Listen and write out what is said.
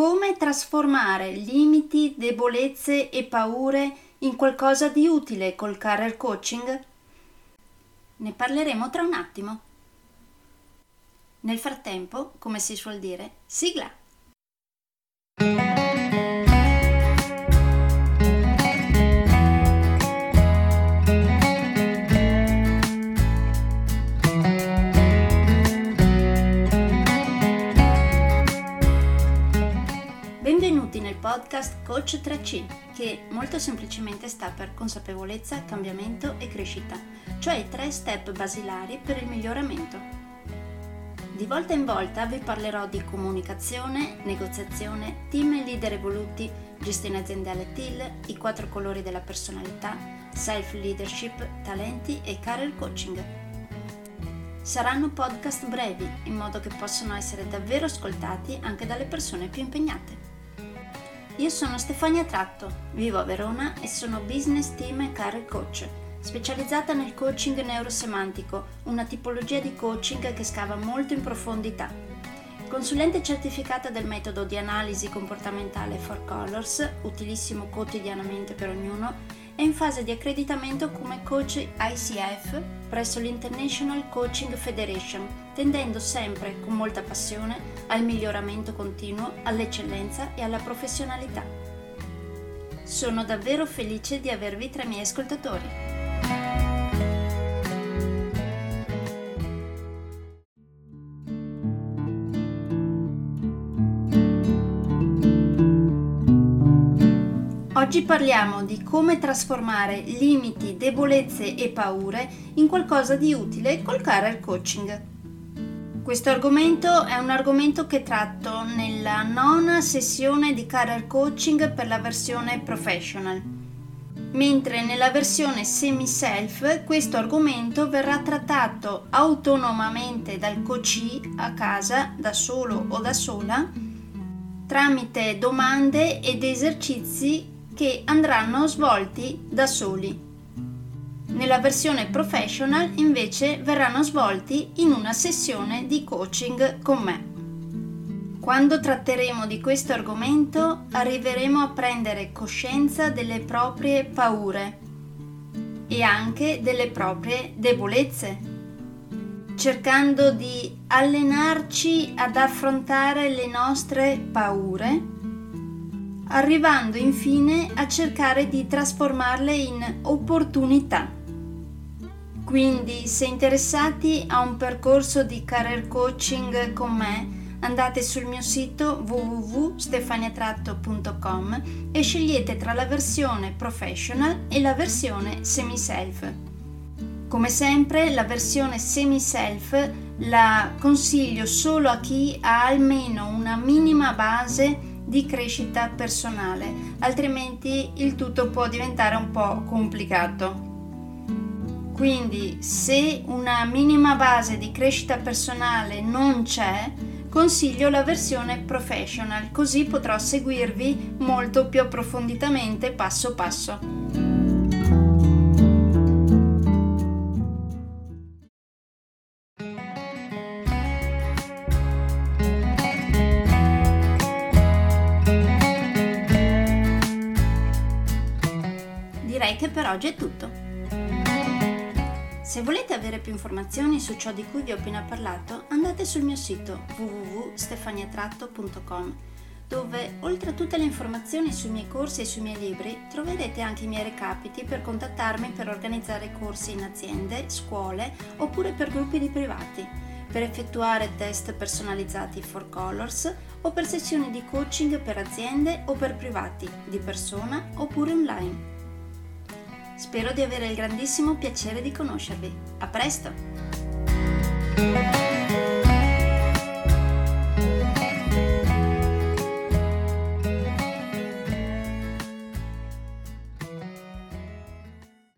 come trasformare limiti, debolezze e paure in qualcosa di utile col career coaching? Ne parleremo tra un attimo. Nel frattempo, come si suol dire, sigla! Benvenuti nel podcast Coach 3C, che molto semplicemente sta per consapevolezza, cambiamento e crescita, cioè i 3 step basilari per il miglioramento. Di volta in volta vi parlerò di comunicazione, negoziazione, team e leader evoluti, gestione aziendale TIL, i 4 colori della personalità, self-leadership, talenti e career coaching. Saranno podcast brevi, in modo che possano essere davvero ascoltati anche dalle persone più impegnate. Io sono Stefania Tratto, vivo a Verona e sono business team e career coach, specializzata nel coaching neurosemantico, una tipologia di coaching che scava molto in profondità. Consulente certificata del metodo di analisi comportamentale 4Colors, utilissimo quotidianamente per ognuno, è in fase di accreditamento come coach ICF presso l'International Coaching Federation, tendendo sempre con molta passione al miglioramento continuo, all'eccellenza e alla professionalità. Sono davvero felice di avervi tra i miei ascoltatori. Oggi parliamo di come trasformare limiti, debolezze e paure in qualcosa di utile col career coaching. Questo argomento è un argomento che tratto nella 9ª sessione di career coaching per la versione professional, mentre nella versione semi-self questo argomento verrà trattato autonomamente dal coachee a casa, da solo o da sola, tramite domande ed esercizi che andranno svolti da soli. Nella versione professional invece verranno svolti in una sessione di coaching con me. Quando tratteremo di questo argomento arriveremo a prendere coscienza delle proprie paure e anche delle proprie debolezze, cercando di allenarci ad affrontare le nostre paure, arrivando infine a cercare di trasformarle in opportunità. Quindi, se interessati a un percorso di career coaching con me, andate sul mio sito www.stefaniatratto.com e scegliete tra la versione professional e la versione semi-self. Come sempre, la versione semi-self la consiglio solo a chi ha almeno una minima base di crescita personale, altrimenti il tutto può diventare un po' complicato. Quindi, se una minima base di crescita personale non c'è, consiglio la versione professional, così potrò seguirvi molto più approfonditamente passo passo. Direi che per oggi è tutto. Se volete avere più informazioni su ciò di cui vi ho appena parlato, andate sul mio sito www.stefaniatratto.com, dove oltre a tutte le informazioni sui miei corsi e sui miei libri troverete anche i miei recapiti per contattarmi per organizzare corsi in aziende, scuole oppure per gruppi di privati, per effettuare test personalizzati 4Colors o per sessioni di coaching per aziende o per privati, di persona oppure online. Spero di avere il grandissimo piacere di conoscervi. A presto!